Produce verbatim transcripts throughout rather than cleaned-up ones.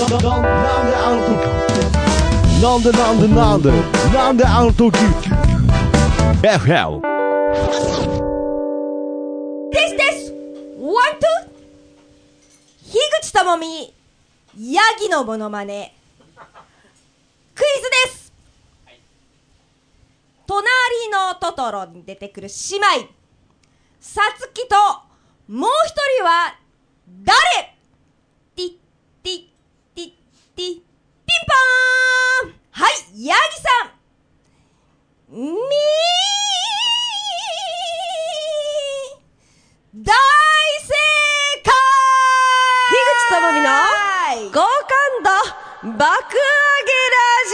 なんでなんでなんでなんであの時 エフエルですですワンツー樋口智美ヤギのモノマネクイズです、はい、隣のトトロに出てくる姉妹さつきともう一人は誰？ティッティッティッティッピンポーン。はい、ヤギさんみー大正解。樋口智美の好感度爆上げラジ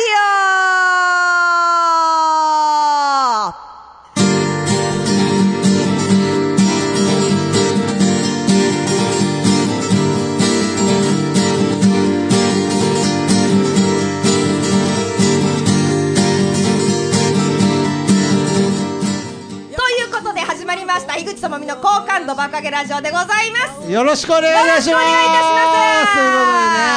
オ。樋口智美の好感度爆上げラジオでございます。 よろしくお願いいたします。 よろしくお願いいたします。 ということで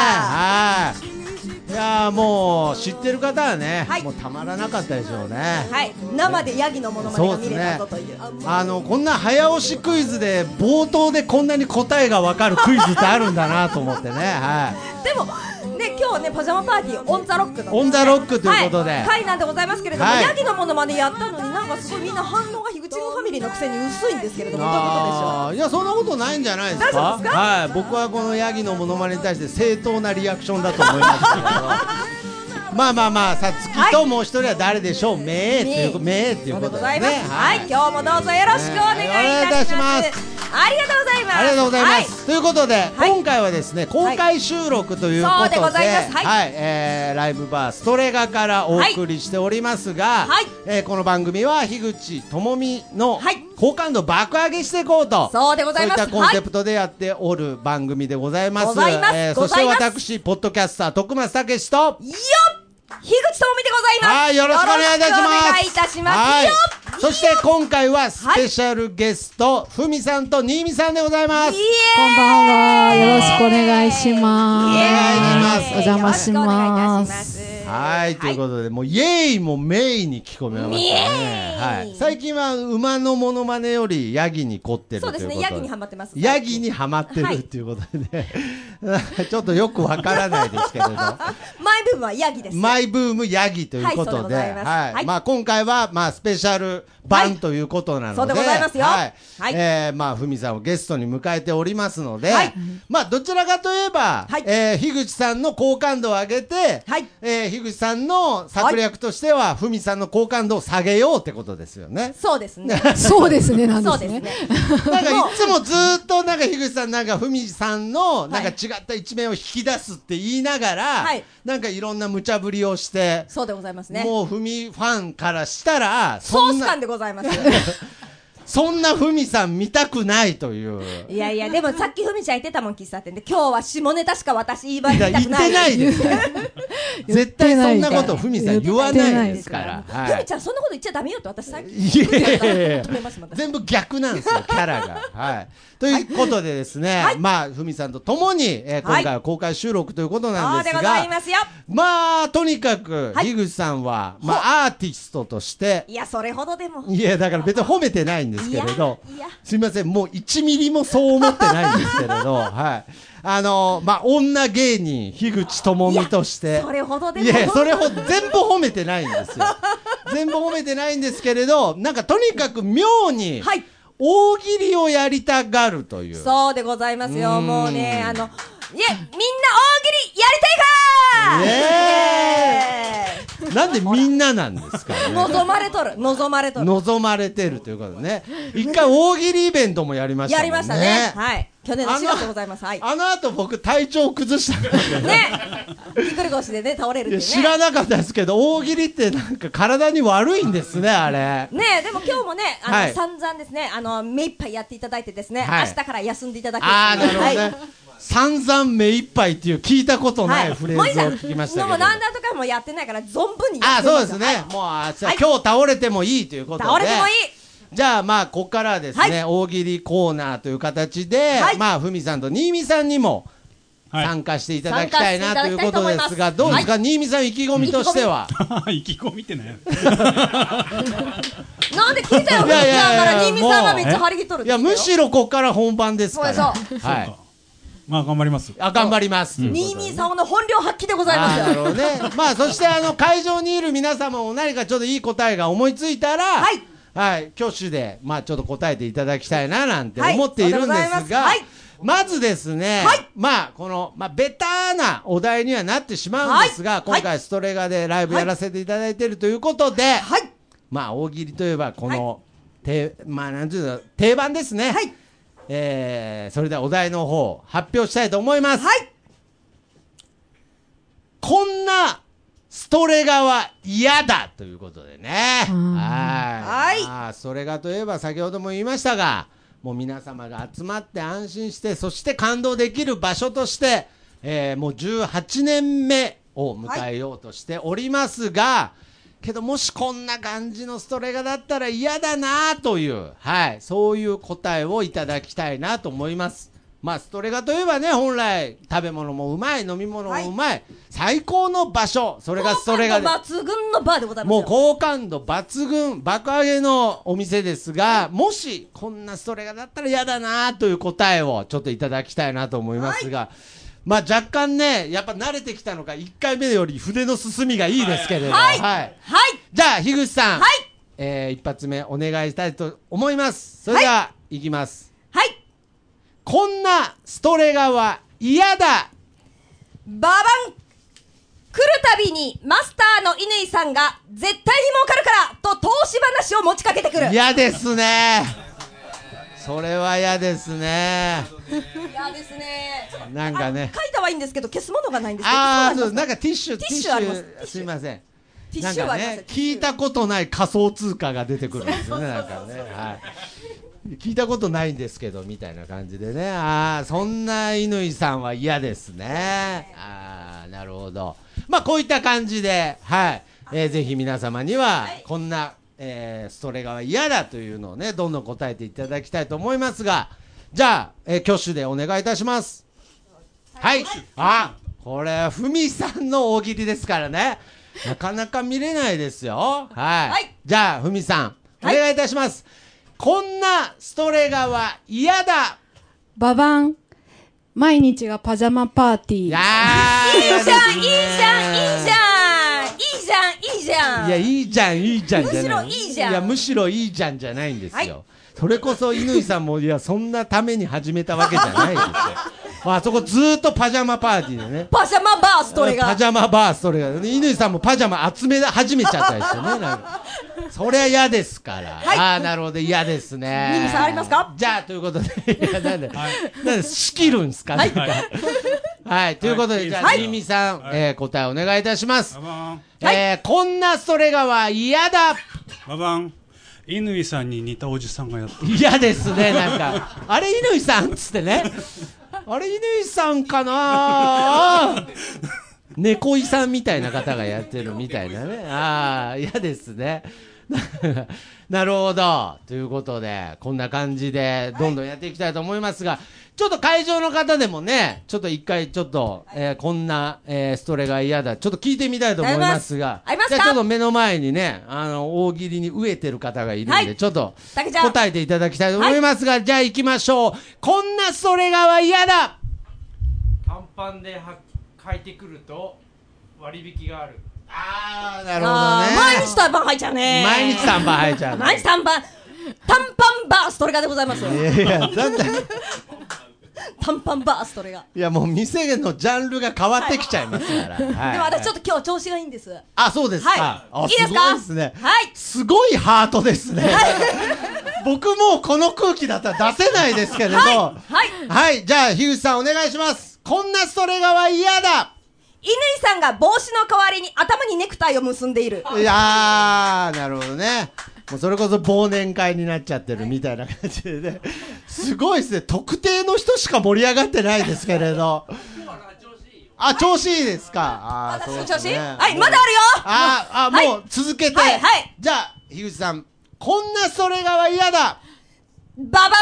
ね、はい、いやもう知ってる方はね、はい、もうたまらなかったでしょうね。 はい、生でヤギのモノマネが見れたぞという。 そうですね、あのこんな早押しクイズで冒頭でこんなに答えがわかるクイズってあるんだなと思ってね。はい。 でもね、今日ねパジャマパーティーオンザロックの、ね、 オンザロックということで、 はい、回なんでございますけれども、 はい、 ヤギのモノマネやったのになんかすごいみんな反応が樋口ファミリーのくせに薄いんですけれども、どういうことでしょう。 いやそんなことないんじゃないですか。 大丈夫ですか。 はい、僕はこのヤギのモノマネに対して正当なリアクションだと思いますけれどまあまあまあ、さつきともう一人は誰でしょう、めーっていうめーっていうことですね。 はい、今日もどうぞよろしくお願いいたします。ありがとうございます。 ありがとうございます。ということで今回はですね公開収録ということで、はい、えライブバーストレガからお送りしておりますが、えこの番組は樋口智美の好感度爆上げしていこうと、 そうでございます。 そういったコンセプトでやっておる番組でございます。そして私ポッドキャスター徳松武史とよっ樋口智美でございます。 はい、よろしくお願いいたします。 よろしくお願いいたします。 はい、そして今回はスペシャルゲスト、ふみさんと新見さんでございます。 こんばんは、よろしくお願いします。 お願いします。 お邪魔します。 はい、ということでもうイエーイもメイに聞こえましたね。はい、最近は馬のモノマネよりヤギに凝ってるということで、そうですね、 ヤギにハマってます。 ヤギにハマってるっていうことでね、ちょっとよくわからないですけれどマイブームはヤギです。 マイブームヤギということで、はい、まあ今回はまあスペシャル版ということなので、 そうでございますよ。はい、 えまあふみさんをゲストに迎えておりますので、まあどちらかといえば樋口さんの好感度を上げて、樋口さんの策略としてはふみさんの好感度を下げようってことですよね。 そうですね。 そうですね、なんですね。 なんかいつもずっとなんか樋口さんなんかふみさんのなんか違った一面を引き出すって言いながら、なんかいろんな無茶ぶりをして、 そうでございますね。 もうふみファンからしたらソース感でございます。 そんなふみさん見たくないという。 いやいや、でもさっきふみちゃん言ってたもん、喫茶店で。今日は下ネタしか私言い場に言いたくない。 言ってないですよ絶対そんなことふみさん言わないですから。 ふみちゃんそんなこと言っちゃダメよって私さっき止めます。全部逆なんですよ、キャラが。はい。ということでですね、まあふみさんとともに今回は公開収録ということなんですが、まあとにかく樋口さんはまあアーティストとして、 いやそれほどでも、 いやだから別に褒めてないんですけれど、すみません、もういちミリもそう思ってないんですけれど、はい、あのまあ女芸人樋口智美として、 それほどでも、 いやそれほど全部褒めてないんですよ全部褒めてないんですけれど、なんかとにかく妙に大喜利をやりたがるという。 そうでございますよ。もうね、あのいやみんな大喜利やりたいかー、 えー、なんでみんななんですかね。 望まれとる、望まれとる、 望まれてるということでね、一回大喜利イベントもやりましたもんね。 やりましたね。はい。去年のしがつでございます。はい。 あの後僕体調崩したからね。 ね。ぎっくり腰でね倒れるっていうね。 知らなかったですけど大喜利ってなんか体に悪いんですね、あれ。 ね、でも今日もね、あの散々ですね、あの目いっぱいやっていただいてですね、明日から休んでいただきます。ああ、なるほどね。 散々目いっぱいっていう聞いたことないフレーズを聞きましたけど、 もうなんだとかもやってないから存分にやってます。あ、そうですね。もう今日倒れてもいいということで。 倒れてもいい。 じゃあまあここからですね、大喜利コーナーという形で、まあふみさんと新見さんにも参加していただきたいなということですが、どうですか、新見さん、意気込みとしては。 意気込みってね。 なんで聞いたよ、ふみちゃんから新見さんがめっちゃ張り切っとる。 いや、むしろここから本番ですから。 そうはい。 まあ頑張ります。 あ、頑張ります。 新見さんの本領発揮でございますよ。 なるほどね。まあそしてあの会場にいる皆様も何かちょっといい答えが思いついたら、はい、はい、挙手でまあちょっと答えていただきたいななんて思っているんですが、まずですね、はい、まあこのまあベタなお題にはなってしまうんですが、はい、今回ストレガでライブやらせていただいているということで、はい、まあ大喜利といえばこの、はい、まあなんていうの定番ですね。はい、えー、それではお題の方発表したいと思います。はい、こんなストレガは嫌だということでね。はい。まあストレガといえば先ほども言いましたが、もう皆様が集まって安心して、そして感動できる場所として、えー、もうじゅうはちねんめを迎えようとしておりますが、はい、けどもしこんな感じのストレガだったら嫌だなという、はい、そういう答えをいただきたいなと思います。まあストレガといえばね、本来食べ物もうまい、飲み物もうまい、はい、最高の場所、それがストレガで、 好感度抜群のバーでございますよ。 もう好感度抜群爆上げのお店ですが、はい、もしこんなストレガだったら嫌だなという答えをちょっといただきたいなと思いますが、はい、まあ若干ね、やっぱ慣れてきたのかいっかいめより筆の進みがいいですけれども、はい、はいはい、じゃあ樋口さん、はい、えー、一発目お願いしたいと思います。それでは、はい、いきます。はい、こんなストレガは嫌だ。 ババン、来るたびにマスターの乾さんが絶対に儲かるからと投資話を持ちかけてくる。 嫌ですね。それは嫌ですね。 嫌ですね。 なんかね、 書いたはいいんですけど消すものがないんですけど。 ああ、そう、なんかティッシュ、ティッシュあります。すいません。 ティッシュはあります。 なんかね、聞いたことない仮想通貨が出てくるんですよね。なんかね、はい。聞いたことないんですけどみたいな感じでね。ああ、そんな乾さんは嫌ですね。ああ、なるほど。まあこういった感じで、はい、えー、ぜひ皆様にはこんな、えー、ストレガは嫌だというのをね、どんどん答えていただきたいと思いますが、じゃあ、えー、挙手でお願いいたします。はい、あ、これはふみさんの大喜利ですからね、なかなか見れないですよ。はい、はい、じゃあふみさんお願いいたします。はい、こんなストレガは嫌だ。 ババン、毎日がパジャマパーティー。いやー、いいじゃん、いいじゃん、いいじゃん、いいじゃん、いいじゃん。 いや、いいじゃん、いいじゃんじゃない。 むしろいいじゃん。 いや、むしろいいじゃんじゃないんですよ。はい、それこそ乾さんもいやそんなために始めたわけじゃないですよ。あそこずーっとパジャマパーティーでね。 パジャマバーストレガ。 パジャマバーストレガ。乾さんもパジャマ集め始めちゃったりしてね。なんかそりゃ嫌ですから。はい、ああ、なるほど、嫌ですね。 ニムさんありますか？ じゃあということで、いやなんで、はい、なんで仕切るんですかね。はい、はい、ということで、はい、じゃあニミさん、はい、えー、答えお願いいたします。ババン、えー、こんなストレガは嫌だ。 ババン、乾さんに似たおじさんがやってる。 嫌ですね、なんかあれ乾さんっつってね。あれ乾さんかな。猫井さんみたいな方がやってるみたいなね。ああ、嫌ですね。なるほど。ということで、こんな感じでどんどんやっていきたいと思いますが、はい、ちょっと会場の方でもね、ちょっと一回ちょっと、えー、こんな、えー、ストレが嫌だ、ちょっと聞いてみたいと思いますが、 ありますか？ じゃあちょっと目の前にね、あの大喜利に飢えてる方がいるんで、はい、ちょっと答えていただきたいと思いますが、はい、じゃあ行きましょう。こんなストレガは嫌だ。 短パンでは履いてくると割引がある。 あー、なるほどね。 毎日短パン履いちゃうね。 毎日短パン履いちゃう、ね。 毎日短パン、短パンバーストレガでございます。いやいや、なんだ短パンバーストレガ。 いや、もう店のジャンルが変わってきちゃいますから。はいはい、 でも私ちょっと今日調子がいいんです。 あ、そうですか。 はい、いいですか？ すごいですね。はい。すごいハートですね。はい、僕もうこの空気だったら出せないですけれど。はい。はい。はい、じゃあ樋口さんお願いします。こんなストレガは嫌だ。 乾さんが帽子の代わりに頭にネクタイを結んでいる。 いやー、なるほどね。もうそれこそ忘年会になっちゃってるみたいな感じでね。すごいですね。特定の人しか盛り上がってないですけれど。あ、調子いいですか。あ、そうですね。 はい、まだあるよ。 ああ、もう続けて。はい、はい。じゃあ、樋口さん、こんなストレガは嫌だ。 ババン、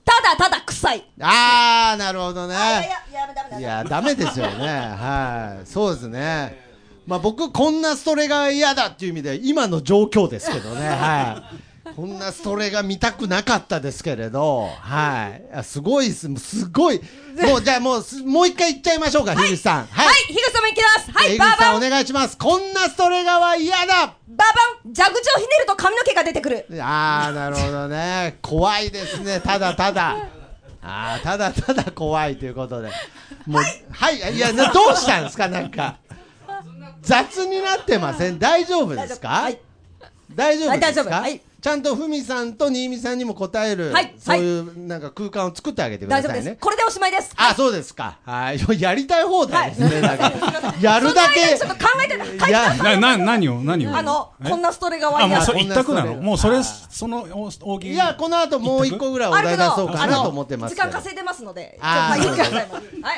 ただただ臭い。 あー、なるほどね。 いやいや、いやダメだ。 いや、ダメですよね。はい。そうですね。まあ僕、こんなストレが嫌だっていう意味で、今の状況ですけどね。はい。こんなストレが見たくなかったですけれど、はい。いやすごいです。すごい。もう、じゃあもう、もう一回言っちゃいましょうか、樋口さん。 はい、樋口さんもいきます。はい、バ樋口さんおーバン。 願いします。こんなストレガは嫌だ。 バーバン。蛇口をひねると髪の毛が出てくる。 ああ、なるほどね。怖いですね。ただただ。ああ、ただただ怖いということで。もう、はい、はい、いや、どうしたんですか、なんか。雑になってません。大丈夫ですか。はい、大丈夫ですか。はい、ちゃんとふみさんと新見さんにも答える、はい、そういうなんか空間を作ってあげてくださいね。 大丈夫です。これでおしまいです。 あ、そうですか。はい、やりたい放題ですね。なんかやるだけ。 ちょっと考えてた。 いや、な、な、何を、何を。 あの、こんなストレが悪い。 あ、もうそれ一択なの。もうそれ、その大喜利。 いや、この後もう一個ぐらいお題出そうかなと思ってますけど。 時間稼いでますので。 ああ、言ってください。はい。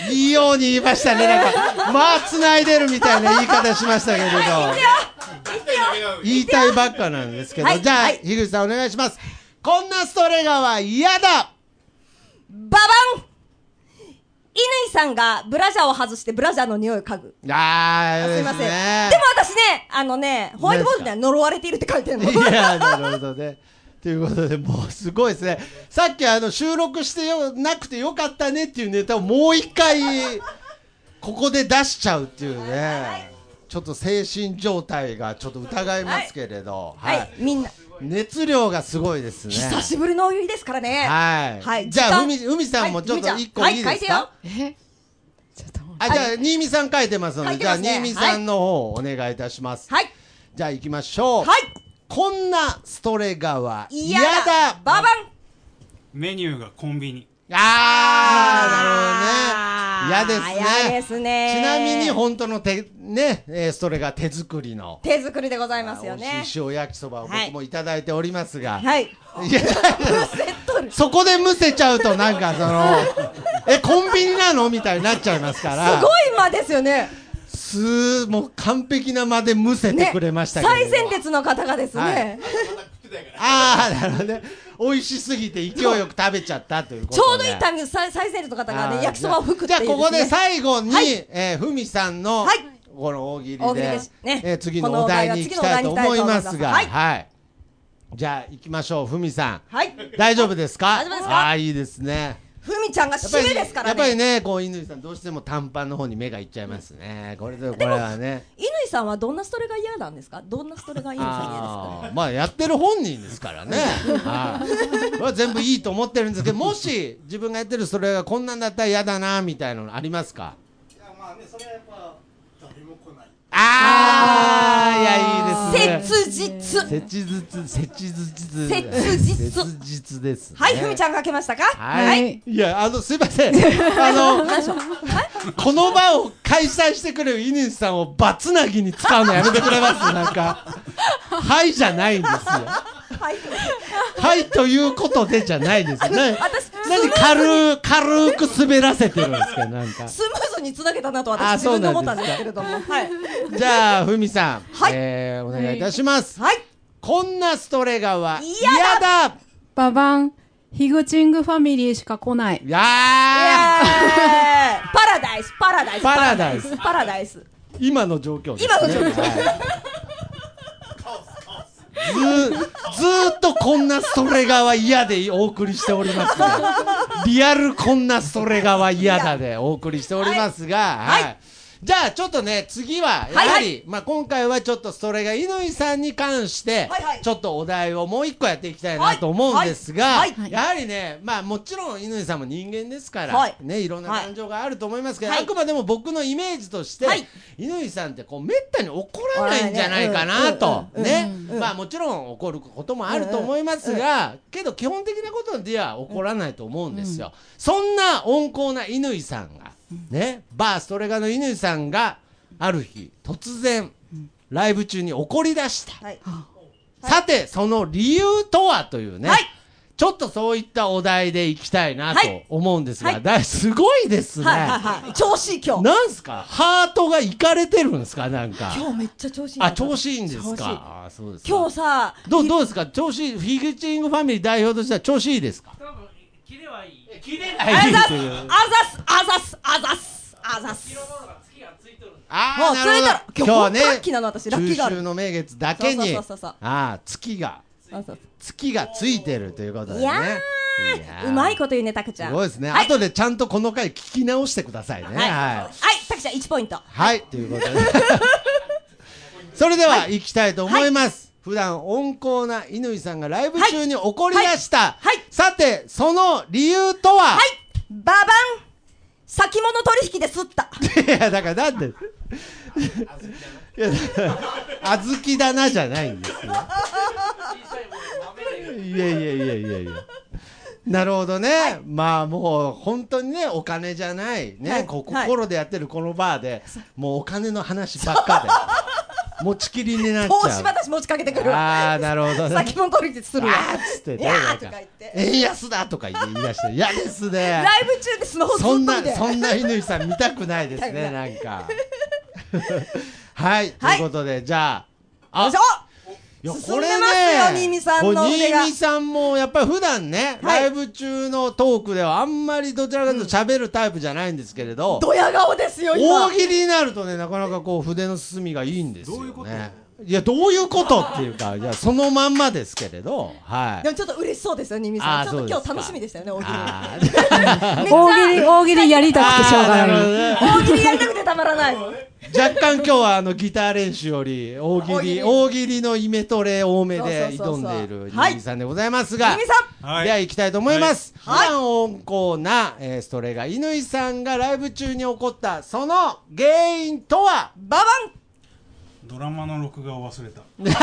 いいように言いましたね。なんか、まあ、繋いでるみたいな言い方しましたけれど。言いたいばっかなんですけど、じゃあ、樋口さんお願いします。こんなストレガは嫌だ。 ババン。乾さんがブラジャーを外してブラジャーの匂いを嗅ぐ。 あー、 すいません。でも私ね、あのね、ホワイトボードには呪われているって書いてるの。 いや、なるほどね。ということで、もうすごいですね。さっきあの収録してよなくてよかったねっていうネタをもう一回ここで出しちゃうっていうね。ちょっと精神状態がちょっと疑いますけれど、 はい、はい、みんな熱量がすごいですね。 久しぶりのお湯ですからね。 はい。はい、じゃあふみふみさんもちょっと一個いいですか。はい、え、ちょっとあ、じゃあ新見さん書いてますので、じゃあ新見さんの方お願いいたします。はい。じゃあ行きましょう。はい。こんなストレガは嫌だ。 ババン。 メニューがコンビニ。 あー、なるほどね。嫌ですね。 嫌ですね。 ちなみに本当の手ね、えー、それが手作りの手作りでございますよね。 美味しい塩焼きそばを僕もいただいておりますが、 はい。いやそこでむせちゃうとなんかそのえコンビニなのみたいになっちゃいますから。 すごい間ですよね。 すもう完璧な間でむせてくれましたけど、 ね、最前列の方がですね。はい、 ああ、なるほどね。美味しすぎて勢いよく食べちゃったということで、 ちょうどいいタイミング、最前列の方がね、焼きそばを吹くっていう、ね、 じゃあここで最後に、はい、えー、ふみさんの、はい、この大喜利で、ね、えー、次のお題に行きたいと思いますが、はい、はい、じゃあ行きましょう。ふみさん、はい、大丈夫ですか。 大丈夫ですか。 ああ、いいですね。 ふみちゃんが締めですからね。 やっぱりね、こう乾さんどうしても短パンの方に目がいっちゃいますね。これでこれはね。 乾さんはどんなストレが嫌なんですか。どんなストレが乾さん嫌ですか。 まあやってる本人ですからね。はい。これは全部いいと思ってるんですけど、もし自分がやってるストレがこんなんだったら嫌だなみたいなのありますか。いやまあね、それはやっぱ誰も来ない。ああ、いや、いいですね。 切実。 切実、切実。 切実。 切実です、ね。 はい、ふみちゃんがけましたか。 はい。いや、あの、すいません。あの、この場を開催してくれる乾さんをバツナギに使うのやめてくれます。なんか。はいじゃないんですよ。はい。はいということでじゃないですね。何軽軽く滑らせてるんですか。なんか。 スムーズにつなげたなと私自分で思ったんですけれども。はい。 じゃあふみさん、はい、えー、お願いいたします。はい。こんなストレガは嫌だ。 ババン。ヒグチングファミリーしか来ない。 いやー。 パラダイスパラダイスパラダイスパラダイス。 今の状況ですね。 今の状況。 ずー、ずーっとこんなストレガは嫌でお送りしておりますが、リアルこんなストレガは嫌だでお送りしておりますが、はい。はい、じゃあちょっとね、次はやはり、はいはい、まあ今回はちょっとストレガ乾さんに関して、はいはい、ちょっとお題をもう一個やっていきたいなと思うんですが、はいはい、やはりね、まあもちろん乾さんも人間ですから、はい、ね、いろんな感情があると思いますけど、はい、あくまでも僕のイメージとして、はい、乾さんってこうめったに怒らないんじゃないかなと、ね、まあもちろん怒ることもあると思いますが、けど基本的なことでは怒らないと思うんですよ。そんな温厚な乾さんが、ね、バーストレガの乾さんがある日突然ライブ中に怒り出した、はい、さてその理由とはというね、はい、ちょっとそういったお題でいきたいなと思うんですが、はい、だすごいですね、はいはいはい、 調子いい今日なんすか。ハートがいかれてるんですか。なんか今日めっちゃ調子いい。 あ、調子いいんですか。あ、そうですか。 今日さ、 どうどうですか。調子フィグチングファミリー代表としては調子いいですか。 キレはいい。 キレあざすあざすあざすあざすあざす。 色物が月がついとるんです。 あもうついてる。 今日はねラッキーなの私ラッキーがある。 中秋の名月だけにそうそうそうそうあ月がそうそう月がついてるということでね。 いやーいやーうまいこと言うねたくちゃん。 すごいですね。 はい後でちゃんとこの回聞き直してくださいね。 はいははいたくちゃんいちポイント。 い。はいということでそれでは行きたいと思います。普段温厚な乾さんがライブ中に怒り出した、 はいはいさてその理由とは、 はいババン先物取引で吸った。 いやだからなんでいやあずきだなじゃないんですよ。いやいやいやいやいやなるほどね、はい、まあもう本当にねお金じゃないね、はい、こ心でやってるこのバーで、はい、もうお金の話ばっかで持ちきりになっちゃう。 投資話持ちかけてくるわ。 ああなるほどね。 先物取引するわ。 あーっつってね、なんか円安だとか言い出して嫌ですね。 ライブ中でスマホずっとそん見てなそんな乾さん見たくないですねなんか。はいということでじゃあよいしょいや進んでますよ新見さんの腕が。 新見さんもやっぱり普段ね、 はいライブ中のトークではあんまりどちらかというと喋るタイプじゃないんですけれど、 ドヤ顔ですよ今。 大喜利になるとねなかなかこう筆の進みがいいんですよね。 どういうこといやどういうことっていうかじゃあそのまんまですけれど、はい。 でもちょっと嬉しそうですよ新見さん。ちょっと今日楽しみでしたよね大喜利。 あめっちゃ大喜利大喜利やりたくてしょうがない。 ー大喜利やりたくてたまらない。 若干今日はあのギター練習より大喜利大喜利のイメトレ多めで挑んでいる新見さんでございますが、 新見さんはいでは行きたいと思います。 はい普段温厚な、えーストレガ乾さんがライブ中に起こったその原因とは。 ババンドラマの録画を忘れた。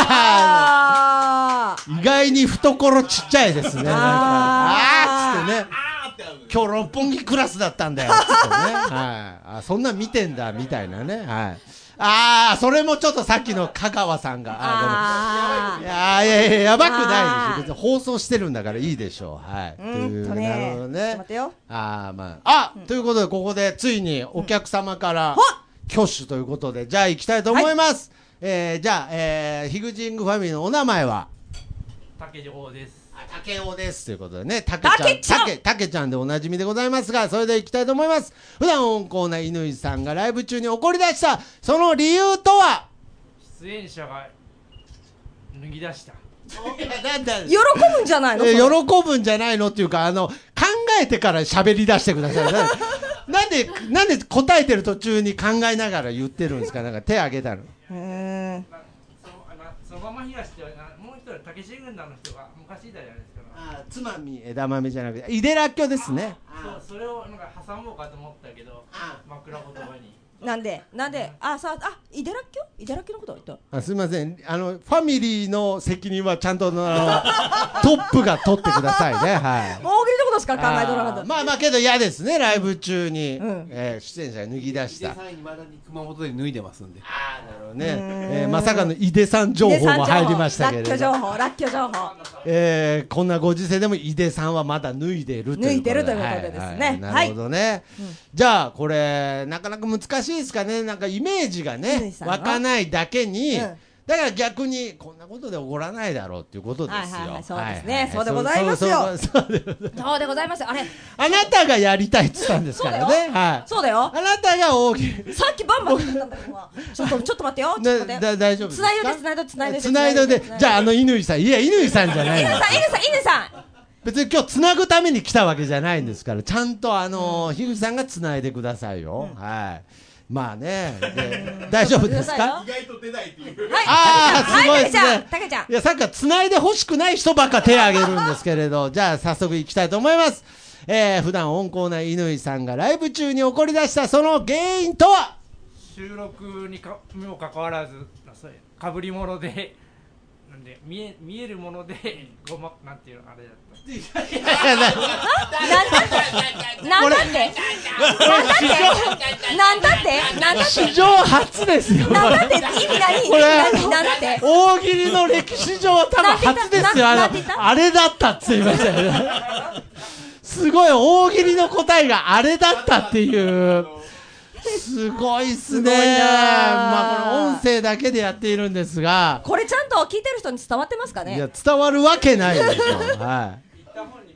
あー意外に懐ちっちゃいですね。なんかあーあーっつってね。今日六本木クラスだったんだよっつってね。はい。あそんなん見てんだみたいなね。はい。ああそれもちょっとさっきの香川さんがあーごめん。いやーいやいややばくないですよ。別に放送してるんだからいいでしょう。はい。 うーんとねなるほどちょっとね待ってよ。 ああまああ、ということでここでついにお客様から挙手ということでじゃあ行きたいと思います。えーじゃあえーヒグジングファミリーのお名前は。 竹城です。 竹雄ですということでね、竹ちゃん、 竹ちゃん竹、竹ちゃんでおなじみでございますが、それでいきたいと思います。普段温厚な乾さんがライブ中に怒り出したその理由とは。 出演者が脱ぎ出した。 なんだ喜ぶんじゃないの？ えそれ喜ぶんじゃないのっていうかあの考えてから喋り出してください。ななんでなんで答えてる途中に考えながら言ってるんですか。なんか手挙げたの。 うーんまあそのあのそのまま東ってなもう一人竹志軍団の人が昔いたじゃないですか。 あつまみ枝豆じゃなくて井出らっきょですね。 そうそれをなんか挟もうかと思ったけど枕言葉に。 なんでなんであさあイデラッキョイデラッキョのこと言ったあすみませんあのファミリーの責任はちゃんとあのトップが取ってくださいね。はい大喜利のことしか考えとらなかった。 まあまあけど嫌ですねライブ中に、 うんえー出演者が脱ぎ出した。 井出さんいまだに熊本で脱いでますんで。 ああなるほどね、えーまさかの井出さん情報も入りましたけれどラッキョ情報ラッキョ情報えーこんなご時世でも井出さんはまだ脱いでるということで脱いでるということでですねはいはいなるほどね、じゃあこれなかなか難しいですかね。なんかイメージがね乾さんの湧かないだけに、 うんだから逆にこんなことで起こらないだろうっていうことですよ。 はいはいはいそうですねはいはいそうでございますよそうそうそうそうでそうでございますよあれあなたがやりたいって言ったんですからね。はい。 そうだよあなたが大喜利。 さっきバンバン言ったんだけど今ちょっとちょっと待ってよちょっと待だってだ大丈夫ですか。 つないどでつないどつないどつないどでじゃああの乾さんいや乾さんじゃないの。 犬さん犬さん犬さん別に今日つなぐために来たわけじゃないんですからちゃんとあの樋口さんがつないでくださいよ。はい。まあねで大丈夫ですか。 意外と出ないっていう。 はいあーすごいですねはいたけちゃんいやさっきからつないで欲しくない人ばっか手を挙げるんですけれどじゃあ早速いきたいと思います。えー、普段温厚な乾さんがライブ中に怒り出したその原因とは。 収録にかもかかわらずそうかぶり物でなんで見え見えるものでごまなんていうのあれだった。 いやななんだってなんだってなんだってなんだって史上初ですよ。 なんだって意味何これ何なんだって大喜利の歴史上多分初ですよ。あのなんて言ったあれだったって言いましたよね。すごい大喜利の答えがあれだったっていうすごいっすね。 すごいなまあこれ音声だけでやっているんですがこれちゃんと聞いてる人に伝わってますかね。 いや伝わるわけないですよ。はい。 言った本人もわかる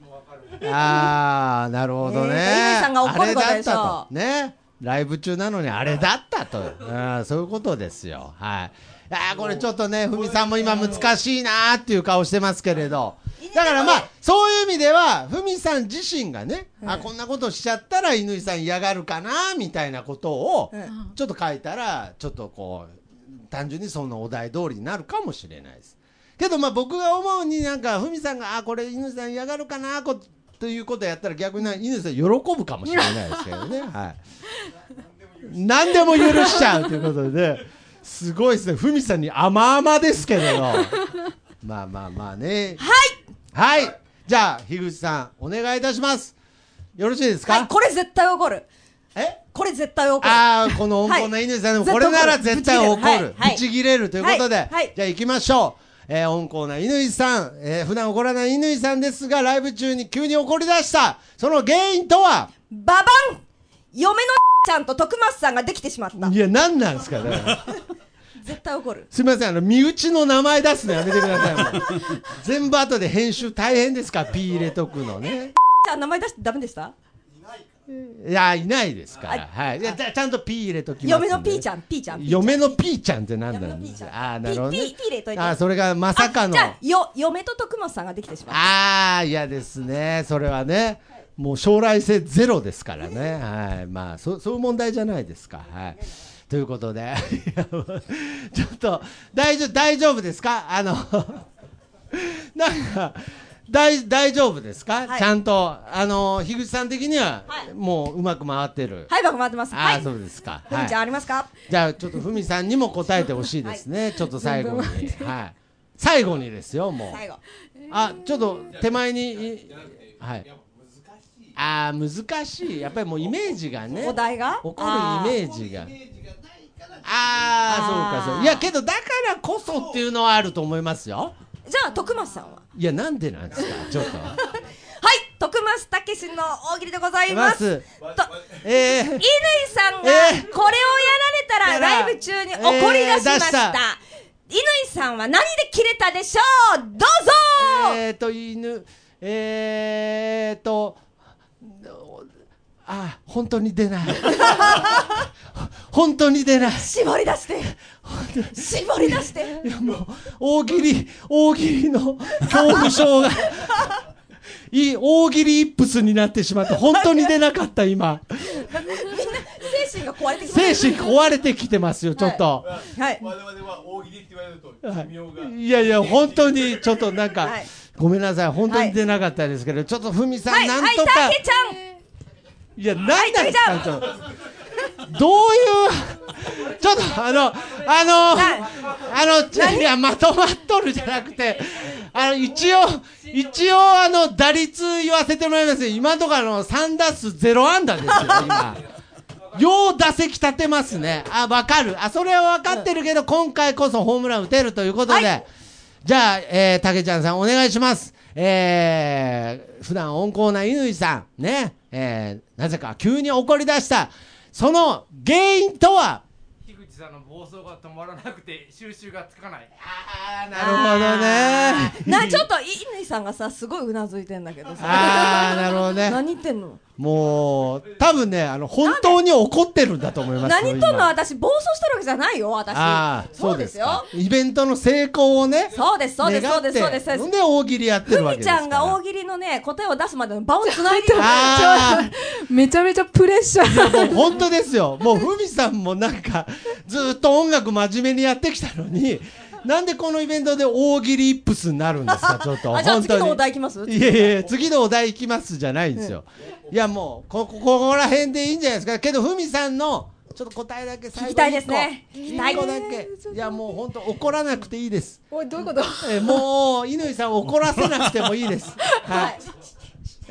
ああ、なるほどね。 乾さんが怒ることでしょ。 あれだったとね、ライブ中なのにあれだったと、あそういうことですよ。はい。あこれちょっとね、ふみさんも今難しいなーっていう顔してますけれど、だからまあそういう意味ではふみさん自身がね、うん、あこんなことしちゃったら乾さん嫌がるかなみたいなことをちょっと書いたら、ちょっとこう単純にそのお題通りになるかもしれないです。けどまあ僕が思うに、なんかふみさんがあこれ乾さん嫌がるかなということやったら、逆に乾さん喜ぶかもしれないですけどね。はい。何でも許しちゃうということで、すごいですね。ふみさんに甘々ですけれど。まあまあまあね。はい。はい。じゃあ樋口さんお願いいたします。よろしいですか。 はい。これ絶対怒る。 え？ これ絶対怒る。 ああ、この温厚な乾さんでもこれなら絶対怒る。ぶち切れるということで、はい、じゃあ行きましょう。えー、温厚な乾さん、えー、普段怒らない乾さんですが、ライブ中に急に怒り出したその原因とは？ ババン、嫁のちゃんと徳松さんができてしまった。 いや、何なんですかね。 絶対怒る。 すみません、あの身内の名前出すのやめてください。もう全部後で編集大変ですから、ピー入れとくのね。 じゃあ名前出してダメでした？ いや、いないですから。はい。いや、ちゃんとピー入れときます。 嫁のピーちゃん、ピーちゃん。 嫁のピーちゃんって何なんですか。ああ、なるほどね。 ピー入れといて。 ああ、それがまさかの。 じゃあ、よ、嫁と徳松さんができてしまった。 ああ、嫌ですね。それはね。もう将来性ゼロですからね。はい。まあ、そ、そういう問題じゃないですか。はい。ということで。ちょっと、大丈夫、大丈夫ですか？あの、なんか、大, 大丈夫ですか、はい、ちゃんとあの樋口さん的には、はい、もううまく回ってる。 はい、うまく回ってます。 あ、はい、そうですか。 ふみちゃんありますか？ じゃあちょっとふみさんにも答えてほしいですね。はい、ちょっと最後に、はい、最後にですよ、もう。最後。あ、ちょっと手前に、はい。あー、難しい。やっぱりもうイメージがね。 お題が？ 怒るイメージが。ああ、そうかそう。いやけどだからこそっていうのはあると思いますよ。 じゃあ徳松さんは？ いや、なんでなんですか、ちょっと。はい、 徳松たけしの大喜利でございます。と、 えー、 乾さんがこれをやられたらライブ中に怒り出しました。乾さんは何で切れたでしょう？どうぞ。 えーと、犬、えーと、あ、本当に出ない。本当に出ない。 絞り出して。絞り出して。 いやもう大喜利大喜利の恐怖症がいい大喜利イップスになってしまって、本当に出なかった今。 みんな精神が壊れてきてます。 精神壊れてきてますよ、ちょっと。 はい。我々は大喜利って言われると寿命が。 いやいや、本当にちょっとなんか、はい、ごめんなさい、本当に出なかったですけど、はい、ちょっとふみさん、はい、なんとか。 はい、たけちゃん。 いや、なんなんですか、ちょっと。どういう、ちょっとあの、あの、あの、ちいや、まとまっとるじゃなくて、あの、一応、一応、あの、打率言わせてもらいますよ。今のところ、あの、さん打数ゼロ安打ですよ、今。よう打席立てますね。あ、わかる。あ、それは分かってるけど、今回こそホームラン打てるということで、はい、じゃあ、えー、たけちゃんさんお願いします。えー、普段温厚な乾さん、ね、えー、なぜか急に怒り出した、その原因とは？ 樋口さんの暴走が止まらなくて収集がつかない。 あー、なるほどね。 な、ちょっと乾さんがさ、すごいうなずいてんだけどさ。 あー、なるほどね。 何言ってんの？ もう多分ね、あの本当に怒ってるんだと思いますよ。 何言っとんの？私暴走してるわけじゃないよ、私。 ああ、そうですよ。イベントの成功をね。 そうです、そうです、そうです、そうです。 なんで大喜利やってるわけですから。 ふみちゃんが大喜利のね、答えを出すまでの場をつないでる。 めちゃめちゃプレッシャー。 もう本当ですよ。もうふみさんもなんかずっと音楽真面目にやってきたのに。なんでこのイベントで大喜利イップスになるんですか、ちょっと。 あ、じゃあ次のお題いきます？ いやいや、次のお題いきますじゃないんですよ。いやもう、こ、ここら辺でいいんじゃないですか。けど、ふみさんの、ちょっと答えだけ最後に。 聞きたいですね。 聞きたい。一個だけ。いやもう本当怒らなくていいです。 おい、どういうこと？ え、もう、乾さん怒らせなくてもいいです。はい。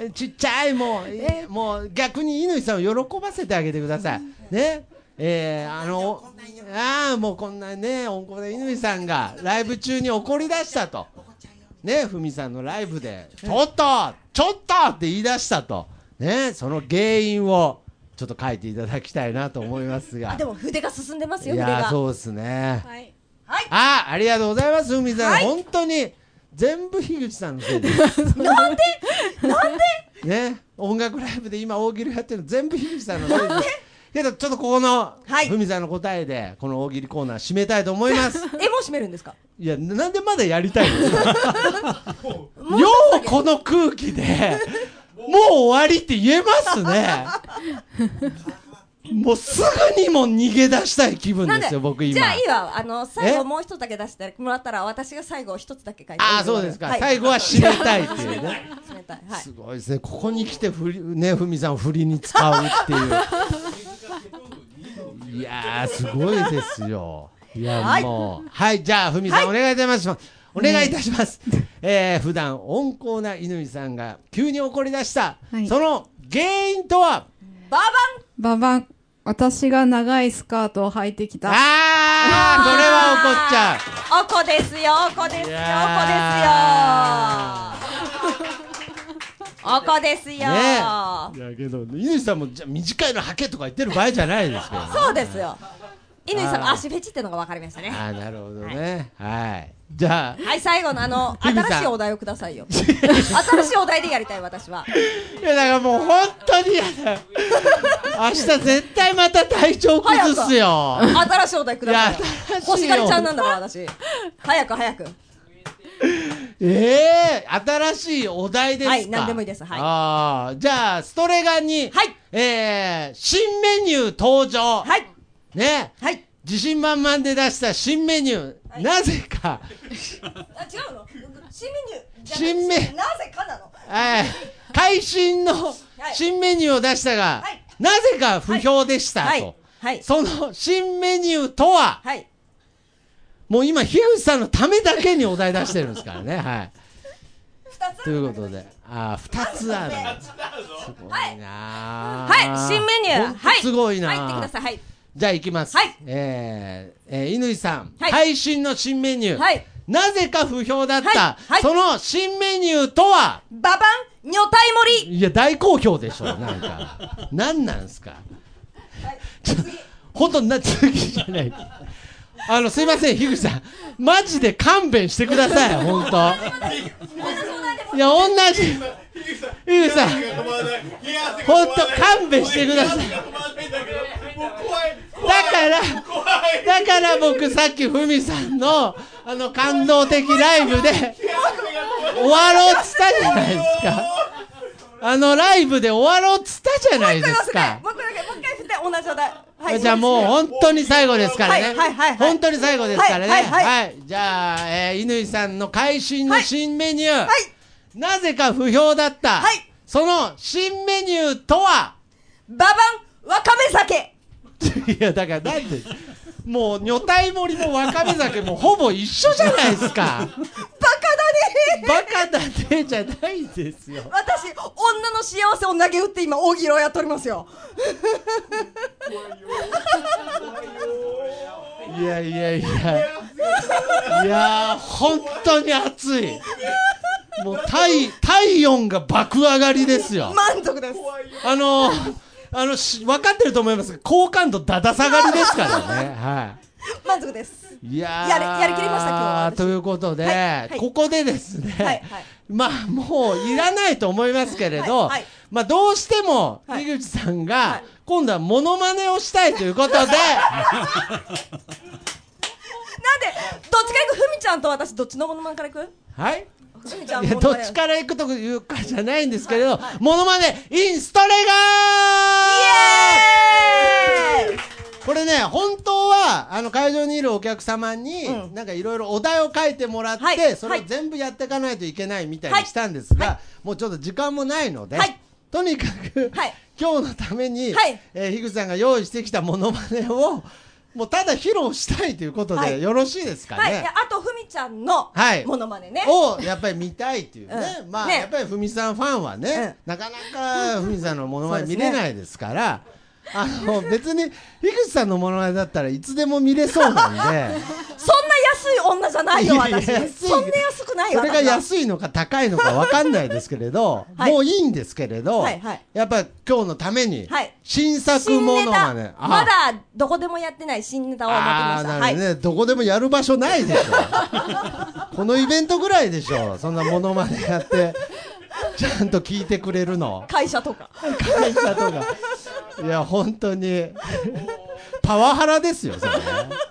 ちっちゃい、もう、えもう逆に乾さんを喜ばせてあげてください。ね。えー、あのああもうこんなね温厚な乾さんがライブ中に怒り出したとね、ふみさんのライブでちょっとちょっとって言い出したとね、その原因をちょっと書いていただきたいなと思いますが。 あ、でも筆が進んでますよ。 い筆が。 やそうですね。 はい。はい。 あありがとうございますふみさん、はい、本当に全部樋口さんのせいです。 なんでなんでね、音楽ライブで今大喜利やってるの全部樋口さんのせいですけど、ちょっとここのふみさんの答えでこの大喜利コーナー締めたいと思いますえ、もう締めるんですか？ いや、なんでまだやりたいのようこの空気でもう終わりって言えますねもうすぐにも逃げ出したい気分ですよ、僕今。 じゃあいいわ、あの最後もう一つだけ出してもらったら、私が最後一つだけ書いて。 ああ、そうですか、はい、最後は締めたいっていうね締めたい、はい、 すごいですね、ここに来てふり、ね、ふみさんを振りに使うっていういやー、すごいですよ。いや、はい、もうはい、じゃあふみさん、はい、お願いいたします。お願いいたします、ねえー、普段温厚な乾さんが急に怒り出した、はい、その原因とは？ ババンババン、私が長いスカートを履いてきた。 ああ、それは怒っちゃう。おこですよ、おこですよ、おこですよ。おこですよ。ね、 いやけど乾さんもじゃ短いの履けとか言ってる場合じゃないですけど、ね、 そうですよ。乾さんの足フェチってのが分かりましたね。 ああ、なるほどね。はい、はい、じゃあ、 はい、最後のあの新しいお題をくださいよ。新しいお題でやりたい、私は。 いや、だからもう本当にやだ明日絶対また体調崩すよ。 新しいお題くださいよ。欲しがりちゃんなんだから私。早く早く。 ええー、新しいお題ですか？ はい、何でもいいです。はい。 ああ、じゃあストレガンに、はい、えー、新メニュー登場。はい。ね、はい、自信満々で出した新メニュー、はい、なぜかあ、 違うの？新メニュー新メなぜかなの？ はい、会心の新メニューを出したが、はい、なぜか不評でしたと、はいはい、その新メニューとは、はい、もう今樋口さんのためだけにお題出してるんですからね、はい、ということで、あ、ふたつある、すごいな、 はい、はい、新メニュー、 はい、すごいな、 入ってください、はい、 じゃあ行きます。はい。えー、えー、乾さん、はい、配信の新メニュー。はい。なぜか不評だった、はいはい、その新メニューとは？ ババン女体盛り。 いや、大好評でしょ、なんか。なんなんすか。はい、ほんとな、次じゃない。あの、すいません、樋口さん。マジで勘弁してください、ほんと。いや、同じ。樋口さん。ほんと勘弁してください。だからだから僕さっきふみさんのあの感動的ライブで終わろうっつったじゃないですか。あのライブで終わろうっつったじゃないですか。 もう一回もう一回振って同じお題、 はい、じゃあもう本当に最後ですからね、はいはいはいはい、本当に最後ですからね、はいはいはいはい、じゃあ、えー、乾さんの会心の新メニュー、はいはい、なぜか不評だった、はい、その新メニューとは？ ババンわかめ酒。 いや、だからなんでもう女体盛りもわかめ酒もほぼ一緒じゃないですか。 バカだねバカだねじゃないですよ。 私、女の幸せを投げ打って今大喜利をやっておりますよ。 いやいやいやいや、本当に熱い。もう体体温が爆上がりですよ。 満足です。 あのあのし分かってると思いますが、好感度だだ下がりですからね。はい。 満足です。 いややりやりきりました今日は。 ということで、はいはい、ここでですね、はいはい、まあもういらないと思いますけれど、はいはい、まあどうしても樋口さんが、はい、今度はモノマネをしたいということで。なんでどっちか行く？ふみちゃんと私どっちのモノマネから行く？ はい。いや、どっちから行くというかじゃないんですけれど、はいはい、モノマネインストレガー、イエーイ。これね、本当はあの会場にいるお客様に、うん、なんかいろいろお題を書いてもらって、はい、それを全部やっていかないといけないみたいにしたんですが、はい、もうちょっと時間もないので、はい、とにかく、はい、今日のために、はい、えー、樋口さんが用意してきたモノマネをもうただ披露したいということで、はい、よろしいですかね。はい、 あとふみちゃんのモノマネね、 はい、をやっぱり見たいっていうね、うん、まあ、ね、やっぱりふみさんファンはね、うん、なかなかふみさんのモノマネ見れないですから、あの別に樋口さんのモノマネだったらいつでも見れそうなんで。 そんな安い女じゃないよ私。そんな安くないよ。 それが安いのか高いのか分かんないですけれど、はい、もういいんですけれど、はいはい、やっぱり今日のために新作モノマネ、 まだどこでもやってない新ネタを持ってきました。あ、なるほどね、 はい、どこでもやる場所ないでしょ。このイベントぐらいでしょ、そんなモノマネやってちゃんと聞いてくれるの。 会社とか会社とかいや本当にパワハラですよそれね。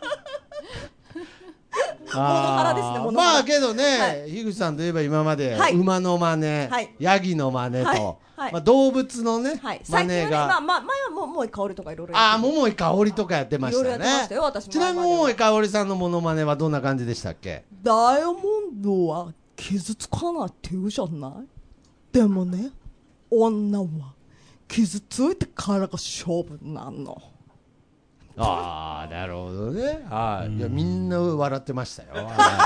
モノハラですね。モノハラ。 まあけどね、 はい、 樋口さんといえば今まで、 はい、 馬の真似、はい、ヤギの真似と、はいはい、まあ、動物のね、はい、真似が、ね、 まあまあ、前は桃井かおりとかいろいろああ桃井かおりとかやってましたね。 いろいろやってましたよ私。 ちなみに桃井かおりさんのモノマネはどんな感じでしたっけ？ ダイヤモンドは傷つかないって言うじゃない。でもね女は傷ついてからが勝負なの。 ああなるほどね。はい、いやみんな笑ってましたよ。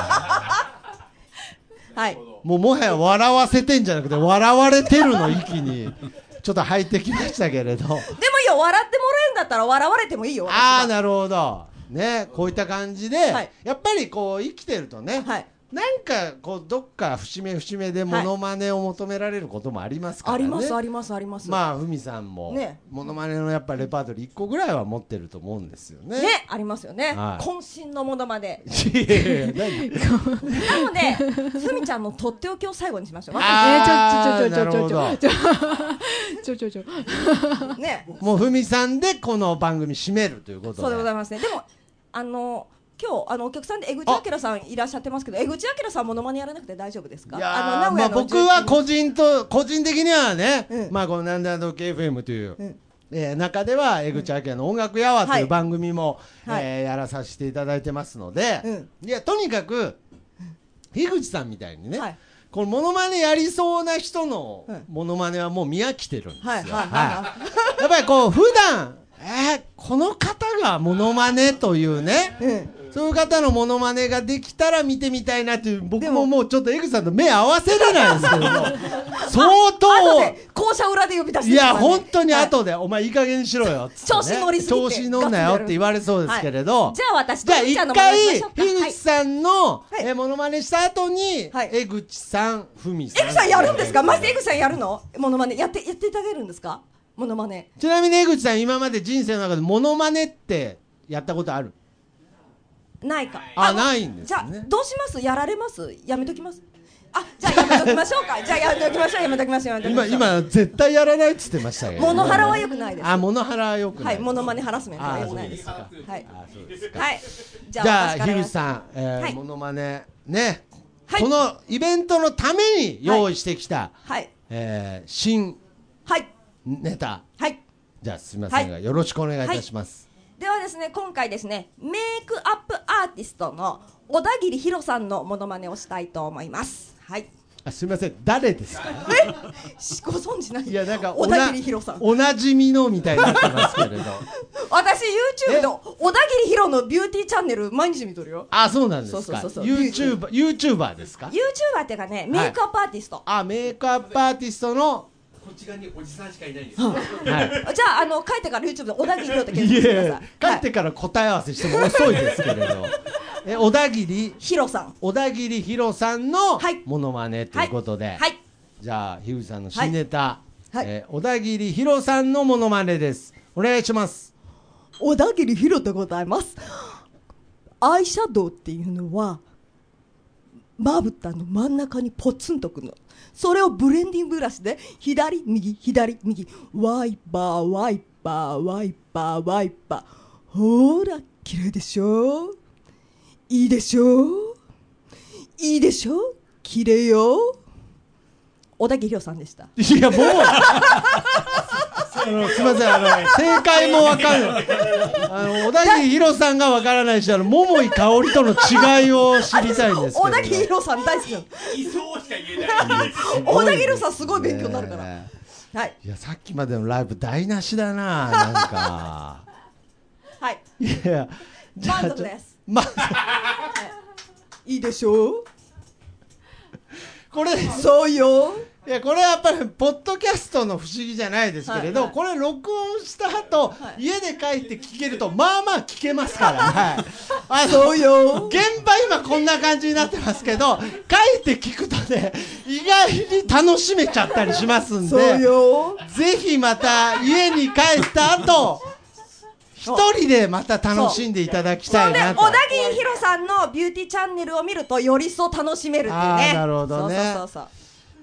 はい、もうもはや笑わせてんじゃなくて笑われてるの域にちょっと入ってきましたけれど。でもいいよ、笑ってもらえるんだったら笑われてもいいよ。 ああなるほどね。こういった感じで、はい、やっぱりこう生きてるとね、はい、なんかこうどっか節目節目でモノマネを求められることもありますからね。 ありますありますあります。 まあふみさんも、ね、モノマネのやっぱレパートリーいっこぐらいは持ってると思うんですよね。 ね、ありますよね、はい、渾身のモノマネ。 いやいや何なのでふみちゃんのとっておきを最後にしましょう。 あー、なるほど。 ちょちょちょね、 もうふみさんでこの番組締めるということで。 そうでございますね。でもあの今日あのお客さんで江口明さんいらっしゃってますけど、江口明さんモノマネやらなくて大丈夫ですか？ いやあのまあ僕は個人と個人的にはね、うん、まあこのなんだと ケーエフエム という、うん、えー、中では江口明の音楽やわという番組も、はい、えー、やらさせていただいてますので、うん、いやとにかく樋口さんみたいにね、はい、このモノマネやりそうな人のモノマネはもう見飽きてるんですよ。はいはいはい、やっぱりこう普段えー、この方がモノマネというね、うん、そういう方のモノマネができたら見てみたいなという。僕ももうちょっと江口さんと目合わせれないんですけど相当校舎裏で呼び出して、 いや本当に後で、はい、お前いい加減にしろよっつって、ね、 調子乗りすぎて調子乗んなよって言われそうですけれど、 はい、じゃあ私じゃあ一回樋口さんの、はい、えモノマネした後に、はい、江口さんふみさん、 江口さんやるんですか？まず江口さんやるのモノマネやってやっていただけるんですか？モノマネ。 ちなみに江口さん今まで人生の中でモノマネってやったことある？ ないか。 あ、ないんですね。 じゃあどうします？やられます？やめときます。あ、じゃあやめときましょうか。じゃあやめときましょう。やめときましょう。 今今絶対やらないっつってましたけど、ね。 モノハラは良くないです。 あ、モノハラは良くない。 はい、モノマネハラスメントは良くないです。はい。 あ、そうですか。 はい。 じゃあ樋口さん、えーはい、モノマネね、はい、このイベントのために用意してきた、はい、えー、新ネタ。はい。じゃあすみませんが、はい、よろしくお願いいたします。 はい、ではですね、今回ですね、メイクアップアーティストの小田切ヒロさんのモノマネをしたいと思います。はい。 あ、すみません、誰ですか？ え、ご存知ない？いや、なんか小田切ヒロさん。 おなじみのみたいになってますけれど。 私 YouTube の小田切ヒロのビューティーチャンネル毎日見とるよ。 あ、そうなんですか。そうそうそうそう。YouTuber、YouTuber ですか ？YouTuber っていうかね、メイクアップアーティスト。はい、 あ、メイクアップアーティストの。 こっち側におじさんしかいないです。はい、 じゃあ、あの帰ってから YouTube で小田切ヒロって検索してください。 帰ってから答え合わせしても遅いですけれど。え、小田切ヒロさん。 小田切ヒロさんのモノマネということで。はい。はい、じゃあ、樋口さんの新ネタ、はい、えー、小田切ヒロさんのモノマネです。お願いします。 小田切ヒロでございます。アイシャドウっていうのはまぶたの真ん中にポツンとくるの。それをブレンディングブラシで左右左右ワイパーワイパーワイパーワイパー、ほら綺麗でしょ、いいでしょ、いいでしょ、綺麗よ。小田切ヒロさんでした。 いやもうあのすみません、あの正解もわかんない。あの小田切ヒロさんがわからないし、あの桃井かおりとの違いを知りたいんですけど。 小田切ヒロさん大好きなの。 いそうしか言えない。 小田切ヒロさんすごい勉強になるから。はい。 いやさっきまでのライブ台無しだな、なんか。 はい。 いや満足です。 まいいでしょう。 これそうよ。 いやこれやっぱりポッドキャストの不思議じゃないですけれど、はいはい、これ録音した後、はい、家で帰って聞けるとまあまあ聞けますから、はい、あそうよ。 現場今こんな感じになってますけど、帰って聞くとね意外に楽しめちゃったりしますんで、 そうよ。 ぜひまた家に帰った後一人でまた楽しんでいただきたいなと。 小田切ヒロさんのビューティーチャンネルを見るとより一層楽しめるっていうね。 あ、なるほどね。 そうそうそうそう。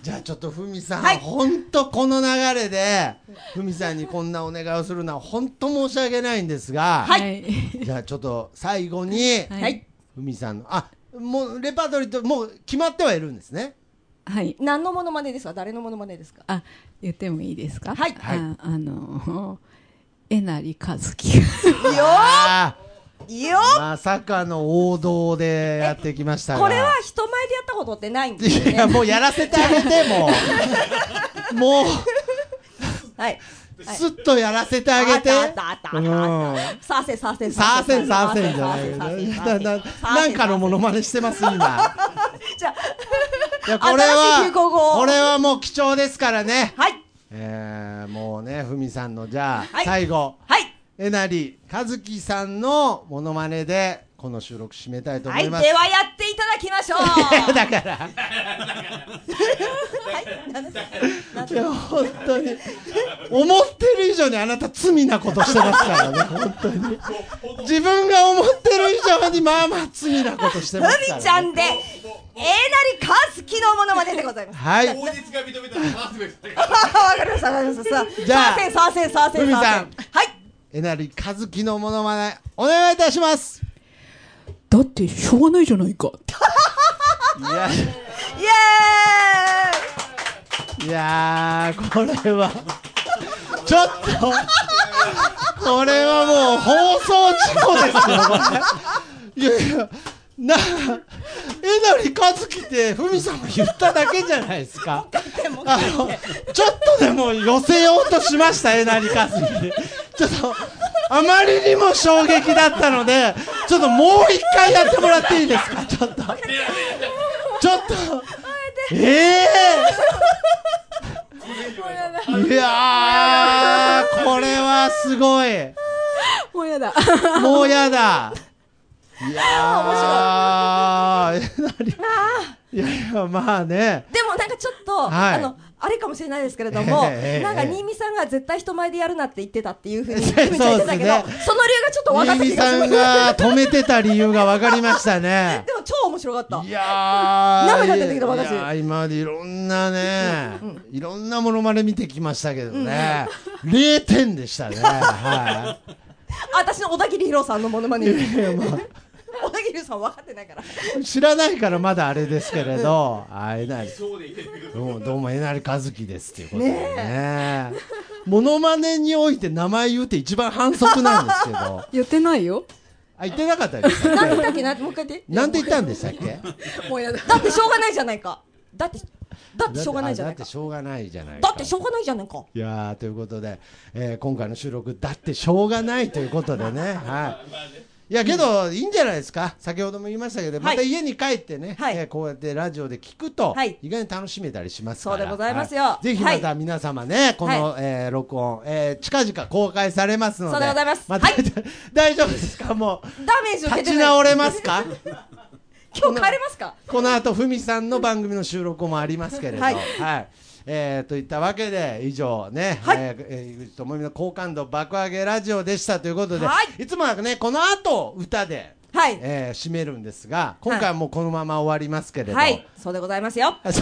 じゃあちょっとふみさん、 はい、 本当この流れでふみさんにこんなお願いをするのは本当申し訳ないんですが、 はい、 じゃあちょっと最後にふみさんのあもうレパートリーともう決まってはいるんですね。 はい。 何のモノマネですか？誰のモノマネですか？ あ、言ってもいいですか？ はい。 あ、あのえなりかずき。よよまさかの王道でやってきましたが、 これは人前でやったことってないんですよね。 いやもうやらせてあげてももうはいすっとやらせてあげて。 あったあったあったあった。させさせさせさせじゃないななんかのモノマネしてます今。 じゃいやこれはこれはもう貴重ですからね。 はい。 えー、もうねふみさんのじゃあ、 はい、 最後、 はい、 えなりかずきさんのモノマネでこの収録締めたいと思います。 はい、ではやっていただきましょう。 だからいや本当に思ってる以上にあなた罪なことしてますからね。本当に自分が思ってる以上にまあまあ罪なことしてますからね。 ふみちゃんでえなりかずきのモノマネでございます。 はい。 法律が認めたらさせてください。わかりましたわかりました。 じゃあさせんさせんさせんふみさん、 はい。 えなりかずきのモノマネお願いいたします。 だってしょうがないじゃないか。 いやイエーイ。いやーこれはちょっとこれはもう放送事故ですよこれ。いやいやなえなりかずきってふみさんも言っただけじゃないですか。あのちょっとでも寄せようとしましたえなりかずき。ちょっとあまりにも衝撃だったのでちょっともう一回やってもらっていいですか。ちょっとちょっとえーいやーこれはすごい。 もうやだもうやだ。いやーえなりいやいやまあね。 でもなんかちょっと、はい、あのあれかもしれないですけれども、えー、なんか新見さんが絶対人前でやるなって言ってたっていうふうに言ってたけど、その理由がちょっと分かった気がします。新見さんが止めてた理由が分かりましたね。 でも超面白かった。いやー涙出てきた私。 いや今までいろんなね、うんうん、いろんなものまね見てきましたけどね、うん、れいてんでしたね。はい。 私の小田切ヒロさんのものまね。小田切さん分かってないから知らないからまだあれですけれど、あえなりどうもどうもえなりかずきですっていうことでね。モノマネにおいて名前言うって一番反則なんですけど。 言ってないよ。 あ言ってなかったですか。 何て言ったっけなもう一回言って。 なんて言ったんでしたっけ。 もうやだ。だってしょうがないじゃないか。だってだってしょうがないじゃないか。 だってしょうがないじゃないか。 だってしょうがないじゃないか。 いやーということで、えー、今回の収録だってしょうがないということでね。はい。いやけど、うん、いいんじゃないですか。先ほども言いましたけど、はい、また家に帰ってね、はい、えー、こうやってラジオで聞くと、はい、意外に楽しめたりしますから。 そうでございますよ。はい、 ぜひまた皆様ね、この、はい、えー、録音、えー、近々公開されますので。 そうでございます。 また、はい、大丈夫ですか。もうダメージを受けてない。 立ち直れますか。 今日帰れますか。 この後ふみさんの番組の収録もありますけれど、はい、はい、えー、といったわけで以上ね、はい、えー、井口智美の好感度爆上げラジオでしたということで、はい、いつもはねこの後歌で、はい、えー、締めるんですが、今回はもうこのまま終わりますけれど、 はい、そうでございますよ。はい、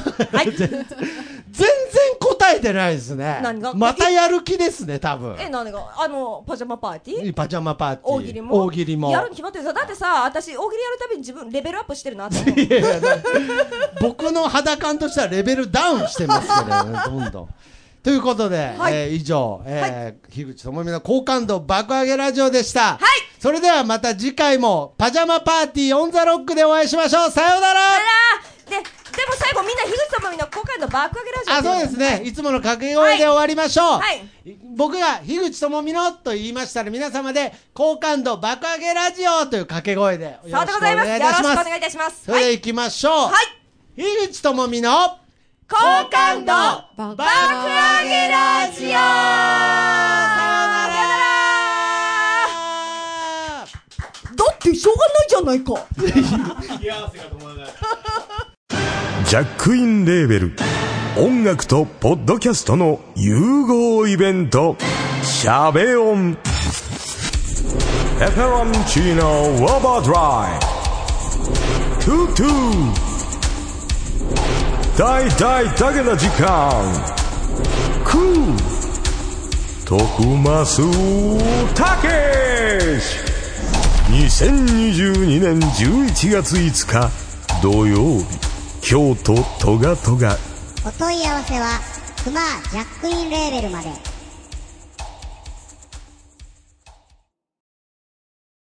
全然答えてないですね。 何がまたやる気ですね多分。 え何があのパジャマパーティーパジャマパーティー大喜利も大喜利もやるに決まってる。だってさ私大喜利やるたびに自分レベルアップしてるなって思う。 いやいや僕の肌感としてはレベルダウンしてますけどねどんどん。ということで、はい、えー、以上、えーはい、樋口智美の好感度爆上げラジオでした。はい、それではまた次回もパジャマパーティーオンザロックでお会いしましょう。さようなら。 で, でも最後みんな樋口智美の好感度爆上げラジオ。 あ、そうですね、はい、いつもの掛け声で終わりましょう。はいはい、僕が樋口智美のと言いましたら皆様で好感度爆上げラジオという掛け声でよろしくお願いいたします。 そうでございます。よろしくお願いいたします。 それでは行きましょう。はい、樋口智美の好感度爆上げラジオ。さようなら。だってしょうがないじゃないか。 ジャックインレーベル音楽とポッドキャストの融合イベントシャベオンエフェロンチーノウォーバードライトゥトゥ大大だけな時間クー徳増たけしにせんにじゅうにねんじゅういちがついつか土曜日京都トガトガお問い合わせはクマジャックインレーベルまで。